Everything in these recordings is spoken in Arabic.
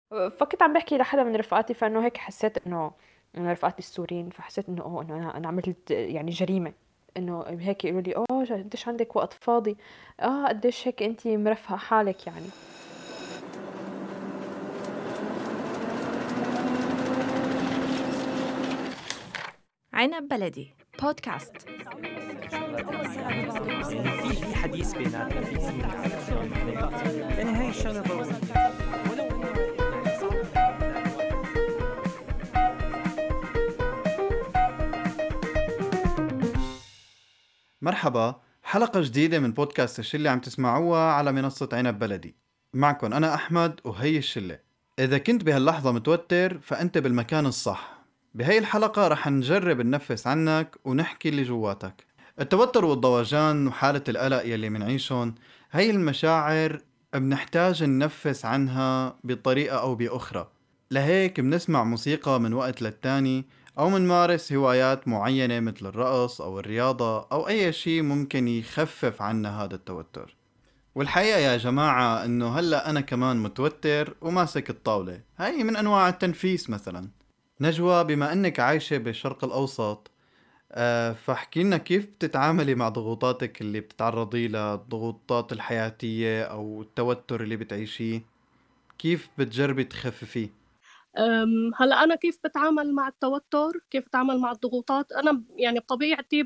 فكنت عم بحكي لحدا من رفقاتي، فانه هيك حسيت انه انا رفقاتي السوريين، فحسيت انه انه انا عملت يعني جريمه. انه هيك يقولوا لي قديش عندك وقت فاضي، قديش هيك انت مرفهه حالك يعني. عنب بلدي بودكاست. يعني في حديث بيناتنا، في سماع يعني هاي الشغله ضروريه. ولو إنه مرحبا، حلقة جديدة من بودكاست الشلة عم تسمعوها على منصة عنب بلدي. معكم أنا أحمد وهي الشلة. إذا كنت بهاللحظة متوتر فأنت بالمكان الصح. بهاي الحلقة رح نجرب ننفس عنك ونحكي اللي جواتك. التوتر والضوجان وحالة القلق يلي منعيشون، هاي المشاعر بنحتاج ننفس عنها بطريقة أو بأخرى. لهيك بنسمع موسيقى من وقت للتاني، أو منمارس هوايات معينة مثل الرقص أو الرياضة أو أي شيء ممكن يخفف عنا هذا التوتر. والحقيقة يا جماعة إنه هلأ أنا كمان متوتر وماسك الطاولة، هاي من أنواع التنفيس مثلا. نجوى، بما أنك عايشة بالشرق الأوسط، فاحكي لنا كيف بتتعاملي مع ضغوطاتك اللي بتتعرضي لها، الضغوطات الحياتية أو التوتر اللي بتعيشيه، كيف بتجربي تخففيه؟ هلا انا كيف بتعامل مع التوتر، كيف بتعامل مع الضغوطات. انا يعني بطبيعتي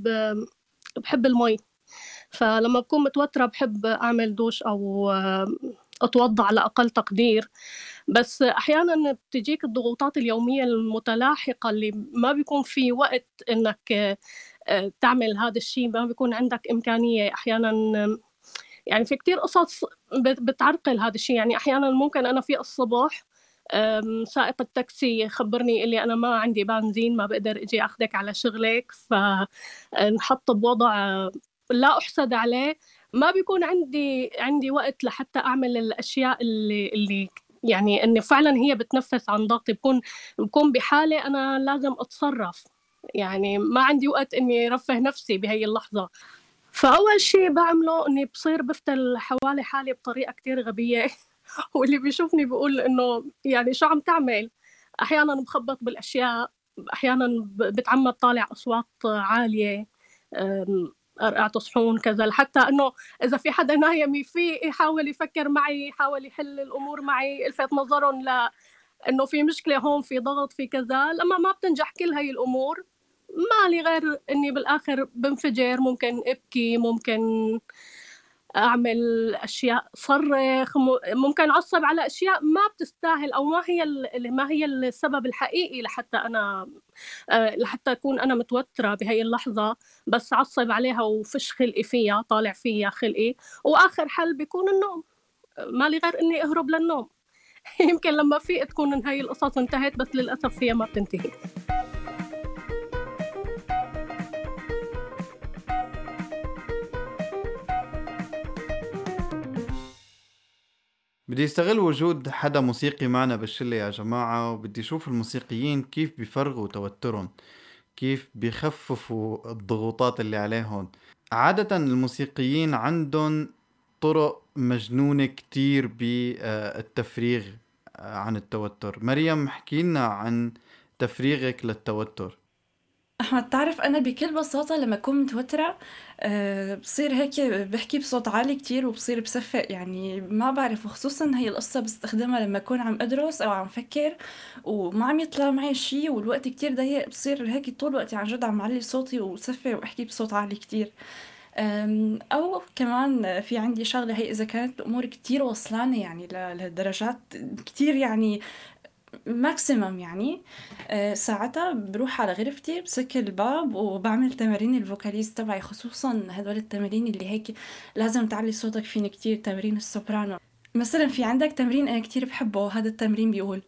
بحب المي. فلما بكون متوترة بحب اعمل دوش او اتوضا على اقل تقدير. بس احيانا بتجيك الضغوطات اليومية المتلاحقة اللي ما بيكون في وقت انك تعمل هذا الشيء، ما بيكون عندك امكانية احيانا. يعني في كتير قصص بتعرقل هذا الشيء. يعني أحيانا ممكن أنا في الصبح سائق التاكسي يخبرني اللي أنا ما عندي بنزين، ما بقدر أجي أخدك على شغلك، فنحط بوضع لا أحسد عليه. ما بيكون عندي وقت لحتى أعمل الأشياء اللي يعني إني فعلا هي بتنفس عن ضغطي. بكون بحالة أنا لازم أتصرف، يعني ما عندي وقت إني رفه نفسي بهي اللحظة. فأول شي بعمله إني بصير بفتل حوالي حالي بطريقة كتير غبية. واللي بيشوفني بيقول إنه يعني شو عم تعمل. أحيانا بخبط بالأشياء، أحيانا بتعمد طالع أصوات عالية، أم، أرقع صحون كذا، لحتى إنه إذا في حدا نايم يفيق يحاول يفكر معي، يحاول يحل الأمور معي، الفت نظرهم إنه في مشكلة هون، في ضغط، في كذا. لما ما بتنجح كل هاي الأمور، ما لي غير إني بالآخر بنفجر. ممكن أبكي، ممكن أعمل أشياء، صرخ، ممكن أعصب على أشياء ما بتستاهل، أو ما هي السبب الحقيقي لحتى أنا لحتى أكون أنا متوترة بهاي اللحظة. بس أعصب عليها وفش خلقي فيها، طالع فيها خلقي. وآخر حل بيكون النوم. ما لي غير إني أهرب للنوم. يمكن لما فيق تكون إن هاي القصص انتهت، بس للأسف هي ما بتنتهي. بدي استغل وجود حدا موسيقي معنا بالشلة يا جماعة، وبدي اشوف الموسيقيين كيف بيفرغوا توترهم، كيف بيخففوا الضغوطات اللي عليهم. عادة الموسيقيين عندهم طرق مجنونة كتير بالتفريغ عن التوتر. مريم، احكي لنا عن تفريغك للتوتر. أحمد، تعرف أنا بكل بساطة لما أكون متوترة بصير هيك بحكي بصوت عالي كتير وبصير بصفق. يعني ما بعرف، وخصوصا هي القصة بستخدمها لما أكون عم أدرس أو عم فكر وما عم يطلع معي شي والوقت كتير ضيق. بصير هيك طول وقتي عن جد عم علي صوتي وصفق وأحكي بصوت عالي كتير. أو كمان في عندي شغلة، هي إذا كانت الأمور كتير وصلانة يعني لدرجات كتير يعني ماكسيمم يعني ساعتها بروح على غرفتي، بسكر الباب وبعمل تمارين الفوكاليز تبعي، خصوصا هدول التمارين اللي هيك لازم تعلي صوتك فين كتير، تمرين السوبرانو. مثلا في عندك تمرين أنا كتير بحبه، هذا التمرين بيقول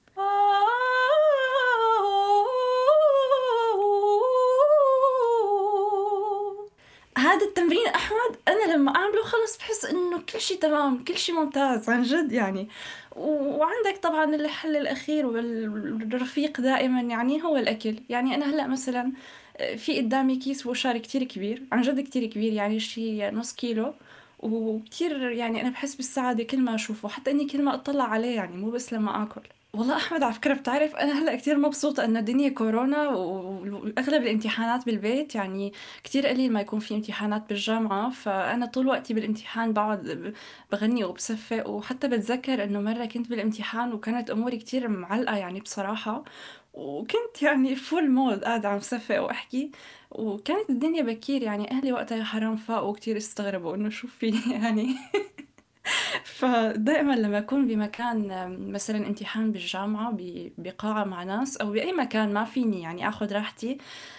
هذا التمرين أحمد، أنا لما أعمله خلص بحس إنه كل شي تمام، كل شي ممتاز عن جد يعني. وعندك طبعا الحل الأخير والرفيق دائما يعني هو الأكل. يعني أنا هلأ مثلا في قدامي كيس بوشار كتير كبير، عن جد كتير كبير، يعني شي نص كيلو، وكتير يعني أنا بحس بالسعادة كل ما أشوفه، حتى إني كل ما أطلع عليه، يعني مو بس لما آكل. والله أحمد، على فكرة بتعرف أنا هلأ كتير مبسوطة إنه الدنيا كورونا وأغلب الامتحانات بالبيت، يعني كتير قليل ما يكون في امتحانات بالجامعة، فأنا طول وقتي بالامتحان بقعد بغني وبصفق، وحتى بتذكر إنه مرة كنت بالامتحان وكانت أموري كتير معلقة يعني بصراحة، وكنت يعني فول مود قاعدة عم صفق وأحكي، وكانت الدنيا بكير، يعني أهلي وقتها يا حرام فاقوا كتير استغربوا إنه شو في يعني. فدائما لما أكون بمكان مثلا امتحان بالجامعة بقاعة مع ناس أو بأي مكان ما فيني يعني أخذ راحتي،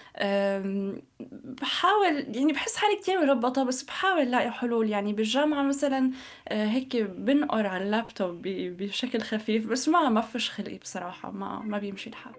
بحاول يعني بحس حالي كتير مربطة، بس بحاول لاقي حلول. يعني بالجامعة مثلا هيك بنقر على اللابتوب بشكل خفيف، بس ما فيش خلقي بصراحة، ما بيمشي الحال.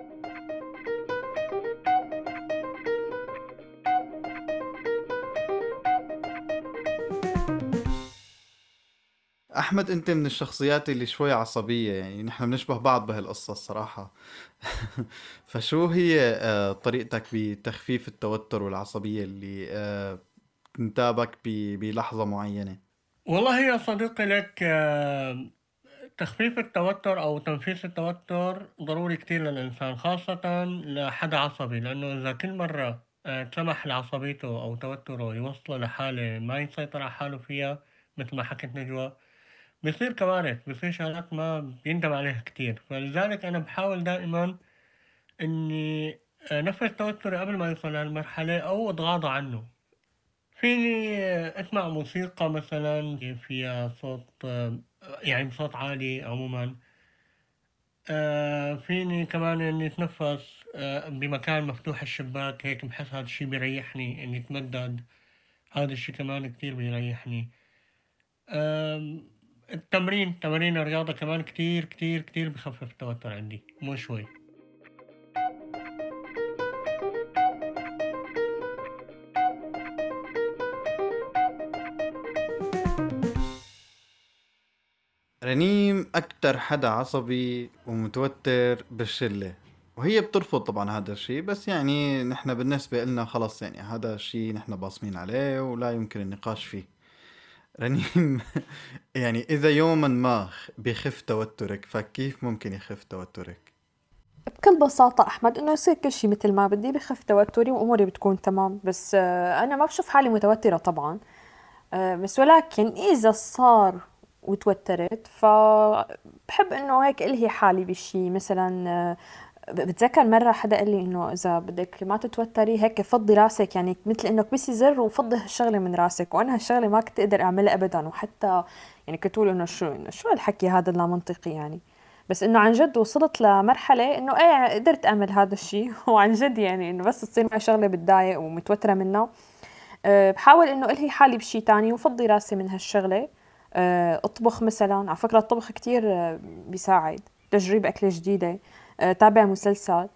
أحمد، أنت من الشخصيات اللي شوي عصبية، يعني نحن بنشبه بعض بهالقصة الصراحة. فشو هي طريقتك بتخفيف التوتر والعصبية اللي تنتابك بلحظة معينة؟ والله يا صديقي لك تخفيف التوتر أو تنفيس التوتر ضروري كتير للإنسان، خاصة لحدا عصبي، لأنه إذا كل مرة سمح لعصبيته أو توتره يوصله لحالة ما يسيطر على حاله فيها، مثل ما حكت نجوى، بيصير كوارث، بيصير شغلات ما بيندم عليها كتير. فلذلك أنا بحاول دائما إني نفس توتري قبل ما يوصل لهالمرحلة أو أتغاضى عنه. فيني أسمع موسيقى مثلا فيها صوت يعني بصوت عالي عموما. فيني كمان إني أتنفس بمكان مفتوح الشباك، هيك بحس هذا الشي بيريحني إني أتمدد، هذا الشي كمان كتير بيريحني. التمرين، تمارين الرياضة كمان كتير كتير كتير بخفف التوتر عندي، مو شوي. رنيم أكتر حدا عصبي ومتوتر بالشلة، وهي بترفض طبعا هذا الشيء، بس يعني نحن بالنسبة لنا خلص، يعني هذا الشيء نحن باصمين عليه ولا يمكن النقاش فيه. رنيم، يعني إذا يوما ما بيخف توترك، فكيف ممكن يخف توترك؟ بكل بساطة أحمد إنه يصير كل شي مثل ما بدي، بخف توتري وأموري بتكون تمام. بس أنا ما بشوف حالي متوترة طبعا. بس ولكن إذا صار وتوترت فبحب إنه هيك ألهي حالي بشي. مثلا بتذكر مرة حدا قال لي إنه إذا بدك ما تتوتري هيك فضي راسك، يعني مثل إنه كبسي زر وفضي هالشغلة من راسك. وأنا هالشغلة ما كنت أقدر أعملها أبدا، وحتى يعني كنت أقول إنه شو هالحكي هذا اللا منطقي يعني. بس إنه عن جد وصلت لمرحلة إنه إيه قدرت أعمل هذا الشيء. وعن جد يعني إنه بس تصير معي شغلة بتضايق ومتوترة منها، بحاول إنه ألهي حالي بشي تاني وفضي راسي من هالشغلة. أطبخ مثلا، على فكرة الطبخ كتير بيساعد، تجريب أكلة جديدة، تابع مسلسل.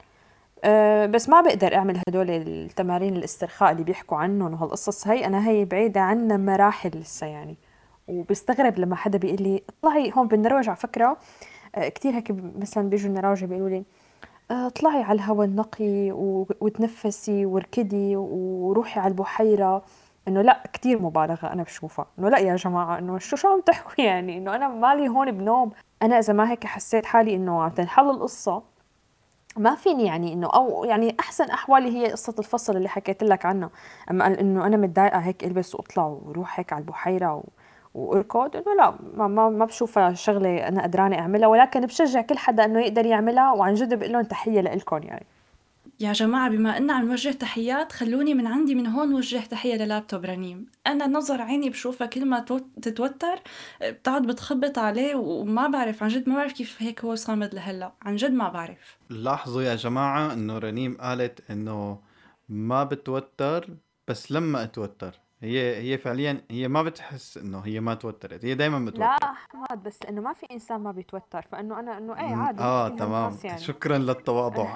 بس ما بقدر أعمل هدول التمارين الاسترخاء اللي بيحكوا عنهم وهالقصص هي. أنا هي بعيدة عنا مراحل لسه يعني. وبستغرب لما حدا بيقول لي اطلعي هون بالنرويج. على فكرة كتير هيك مثلا بيجوا النراوجة بيقولوا لي اطلعي على الهواء النقي وتنفسي واركدي وروحي على البحيرة. انه لا، كتير مبالغة انا بشوفها. انه لا يا جماعة، انه شو عم تحكوا يعني؟ انه انا مالي هون بنوم. انا اذا ما هيك حسيت حالي انه عم تنحل القصة، ما فيني يعني انه، او يعني احسن احوالي هي قصة الفصل اللي حكيت لك عنها. اما انه انا متضايقة هيك البس واطلع واروح هيك على البحيرة واركض، انه لا، ما بشوفها شغلة انا قدرانة اعملها. ولكن بشجع كل حدا انه يقدر يعملها، وعن جد بقول لهم تحية لإلكم يعني. يا جماعة، بما إن عم نوجه تحيات، خلوني من عندي من هون وجه تحية للابتوب رنيم. أنا نظر عيني بشوفها كل ما تتوتر بتقعد بتخبط عليه، وما بعرف، عن جد ما بعرف كيف هيك هو صامد لهلا، عن جد ما بعرف. لاحظوا يا جماعة انه رنيم قالت انه ما بتوتر، بس لما اتوتر هي فعليا هي ما بتحس انه هي ما توترت، هي دايما لا متوترة. احمد، بس انه ما في انسان ما بيتوتر، فانه انا انه ايه عادي مثل كل تمام، هالناس يعني. شكرا للتواضع.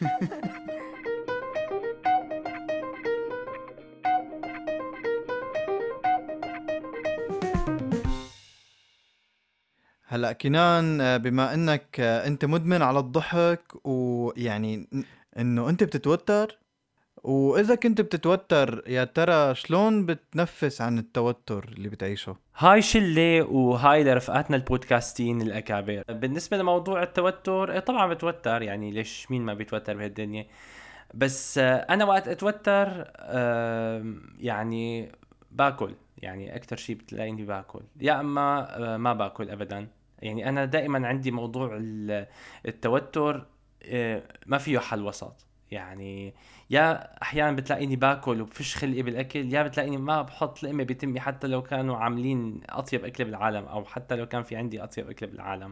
هلا كنان، بما انك انت مدمن على الضحك، ويعني انه انت بتتوتر وإذا كنت بتتوتر يا ترى شلون بتنفس عن التوتر اللي بتعيشه؟ هاي شلة وهاي لرفقاتنا البودكاستين الأكابر. بالنسبة لموضوع التوتر طبعا بتوتر، يعني ليش مين ما بيتوتر بهالدنيا؟ بس أنا وقت أتوتر يعني باكل، يعني أكتر شي بتلاقيني باكل، يا أما ما باكل أبدا. يعني أنا دائما عندي موضوع التوتر ما فيه حل وسط. يعني يا احيانا بتلاقيني باكل وبفش خلقي بالاكل، يا بتلاقيني ما بحط لقمه بتمي حتى لو كانوا عاملين اطيب اكل بالعالم، او حتى لو كان في عندي اطيب اكل بالعالم.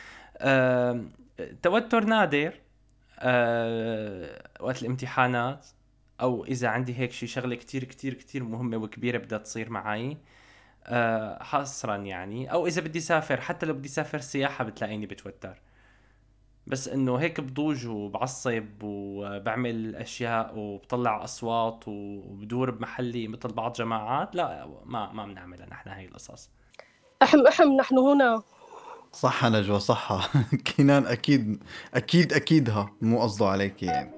توتر نادر وقت الامتحانات، او اذا عندي هيك شي شغله كتير كتير كتير مهمه وكبيره بدها تصير معي حصرا يعني، او اذا بدي سافر، حتى لو بدي سافر سياحه بتلاقيني بتوتر. بس انه هيك بضوج وبعصب وبعمل اشياء وبطلع اصوات وبدور بمحلي مثل بعض جماعات، لا ما بنعملها نحن هاي القصص. أحم نحن هنا. صح نجوى صح. كنان أكيد أكيد أكيدها مو قصده عليك يعني.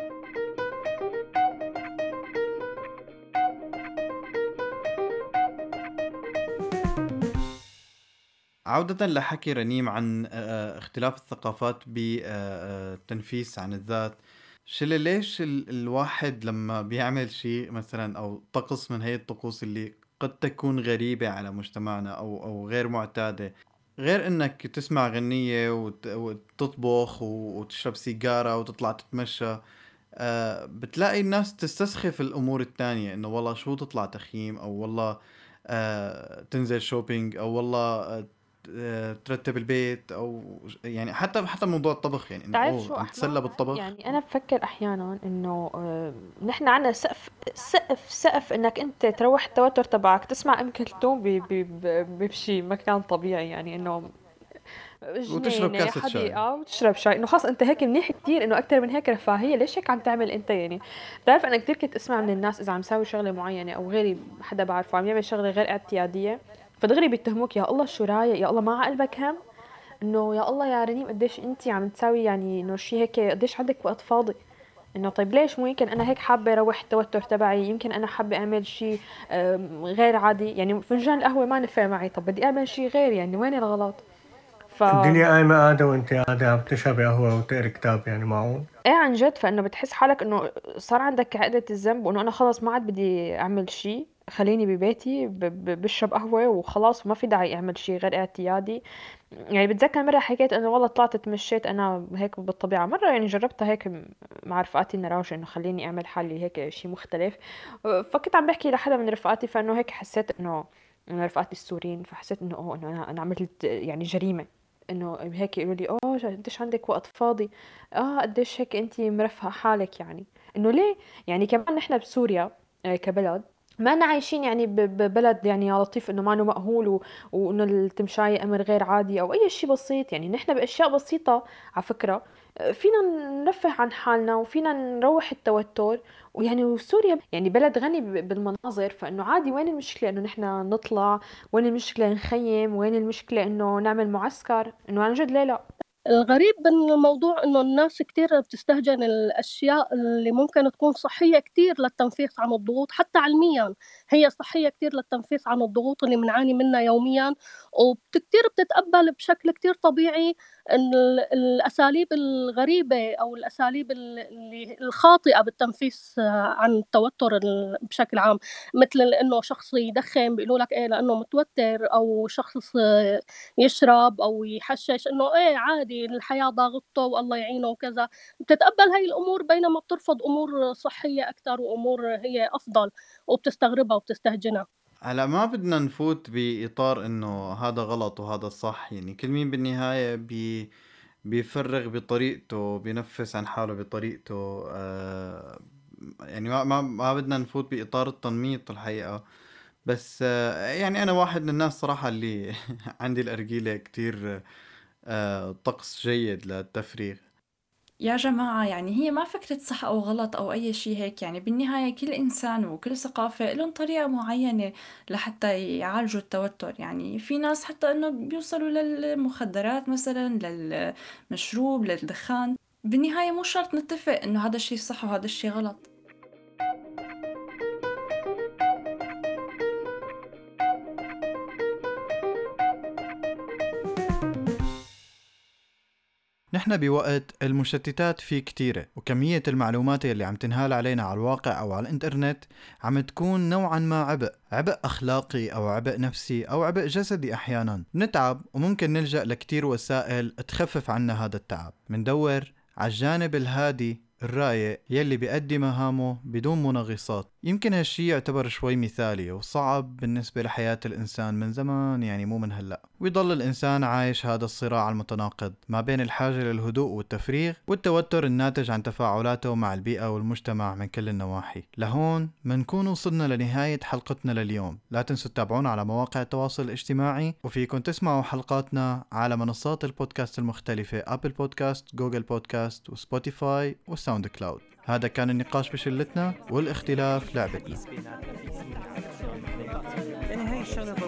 عودة لحكي رنيم عن اختلاف الثقافات بالتنفيس عن الذات، شلة ليش الواحد لما بيعمل شيء مثلا أو طقس من هي الطقوس اللي قد تكون غريبة على مجتمعنا أو غير معتادة، غير إنك تسمع غنية وتطبخ وتشرب سيجارة وتطلع تتمشى، بتلاقي الناس تستسخف الأمور التانية، إنه والله شو تطلع تخييم، أو والله تنزل شوبينج، أو والله ترتب البيت، أو يعني حتى موضوع الطبخ، يعني إنه تعرف شو عم أحمد؟ تتسلى بالطبخ. يعني أنا بفكر أحيانا إنه نحن عنا سقف إنك أنت تروح التوتر تبعك تسمع أم كلثوم بشي مكان طبيعي، يعني إنه وتشرب جنينة كاسة شاي. حديقة وتشرب شاي، إنه خلاص أنت هيك منيح كتير، إنه أكتر من هيك رفاهية ليش هيك عم تعمل أنت يعني. بتعرف أنا كتير كنت أسمع من الناس إذا عم ساوي شغلة معينة أو غيري حدا بعرفه عم يعمل شغلة غير اعتيادية، فدغري بيتهموك يا الله شو رايق، يا الله ما على قلبك هم، انه يا الله يا رنيم قديش انتي عم تساوي يعني انه شي هيك، قديش عندك وقت فاضي. انه طيب ليش مو يمكن انا هيك حابه اروح التوتر تبعي، يمكن انا حابه اعمل شي غير عادي، يعني فنجان القهوه ما نفع معي، طب بدي اعمل شي غير، يعني وين الغلط؟ ف الدنيا قايمة قاعدة وانت قاعدة عم تشربي قهوة وتقري كتاب، يعني معقول؟ ايه عن جد، فانه بتحس حالك انه صار عندك عقدة الذنب، وانه انا خلص ما عاد بدي اعمل شيء، خليني ببيتي بشرب قهوة وخلاص، وما في داعي اعمل شيء غير اعتيادي. يعني بتذكر مرة حكيت انه والله طلعت اتمشيت انا هيك بالطبيعة مرة، يعني جربتها هيك مع رفقاتي النراوشة، انه خليني اعمل حالي هيك شيء مختلف. فكنت عم بحكي لحدا من رفقاتي، فانه هيك حسيت انه انا رفقاتي السوريين، فحسيت انه انه انا عملت يعني جريمة، انه هيك يقولوا لي قديش عندك وقت فاضي، قديش هيك انتي مرفهة حالك، يعني انه ليه؟ يعني كمان نحن بسوريا كبلد ما أنا عايشين يعني ببلد يعني يا لطيف انه ما انه مأهول وانه التمشاية امر غير عادي او اي شيء بسيط، يعني نحن باشياء بسيطة على فكرة فينا نرفه عن حالنا وفينا نروح التوتر. ويعني وسوريا يعني بلد غني بالمناظر، فانه عادي، وين المشكلة انه نحن نطلع، وين المشكلة نخيم، وين المشكلة انه نعمل معسكر، انه عن جد ليه لا. الغريب من الموضوع إنه الناس كتير بتستهجن الأشياء اللي ممكن تكون صحية كتير للتنفيس عن الضغوط، حتى علميا هي صحية كتير للتنفيس عن الضغوط اللي بنعاني منها يوميا، وكتير بتتقبل بشكل كتير طبيعي إن الأساليب الغريبة أو الأساليب الخاطئة بالتنفيس عن التوتر بشكل عام، مثل إنه شخص يدخن بيقولوا لك إيه لأنه متوتر، أو شخص يشرب أو يحشش إنه إيه عادي الحياة ضاغطته والله يعينه وكذا، بتتقبل هاي الأمور بينما بترفض أمور صحية أكتر وأمور هي أفضل، وبتستغربها وبتستهجنها. هلا ما بدنا نفوت بإطار إنه هذا غلط وهذا صح، يعني كل مين بالنهاية بيفرغ بطريقته، بينفس عن حاله بطريقته. يعني ما بدنا نفوت بإطار التنميط الحقيقة. بس يعني أنا واحد من الناس صراحة اللي عندي الأرجيلة كتير طقس جيد للتفريغ. يا جماعة يعني هي ما فكرة صح أو غلط أو أي شي هيك، يعني بالنهاية كل إنسان وكل ثقافة لهم طريقة معينة لحتى يعالجوا التوتر. يعني في ناس حتى إنه بيوصلوا للمخدرات مثلا، للمشروب، للدخان. بالنهاية مو شرط نتفق إنه هذا الشي صح وهذا الشي غلط. نحن بوقت المشتتات فيه كتيرة، وكمية المعلومات اللي عم تنهال علينا على الواقع أو على الإنترنت عم تكون نوعا ما عبء أخلاقي أو عبء نفسي أو عبء جسدي. أحيانا نتعب وممكن نلجأ لكتير وسائل تخفف عنا هذا التعب. مندور على الجانب الهادي الرايق يلي بيأدي مهامه بدون منغصات. يمكن هالشي يعتبر شوي مثالي وصعب بالنسبة لحياة الإنسان من زمان، يعني مو من هلأ، ويضل الإنسان عايش هذا الصراع المتناقض ما بين الحاجة للهدوء والتفريغ والتوتر الناتج عن تفاعلاته مع البيئة والمجتمع من كل النواحي. لهون منكون وصلنا لنهاية حلقتنا لليوم. لا تنسوا تتابعونا على مواقع التواصل الاجتماعي، وفيكم تسمعوا حلقاتنا على منصات البودكاست المختلفة: أبل بودكاست، جوجل بودكاست، وسبوتيفاي وساوند كلاود. هذا كان النقاش بشلتنا، والاختلاف لعبتنا. يعني هاي الشغله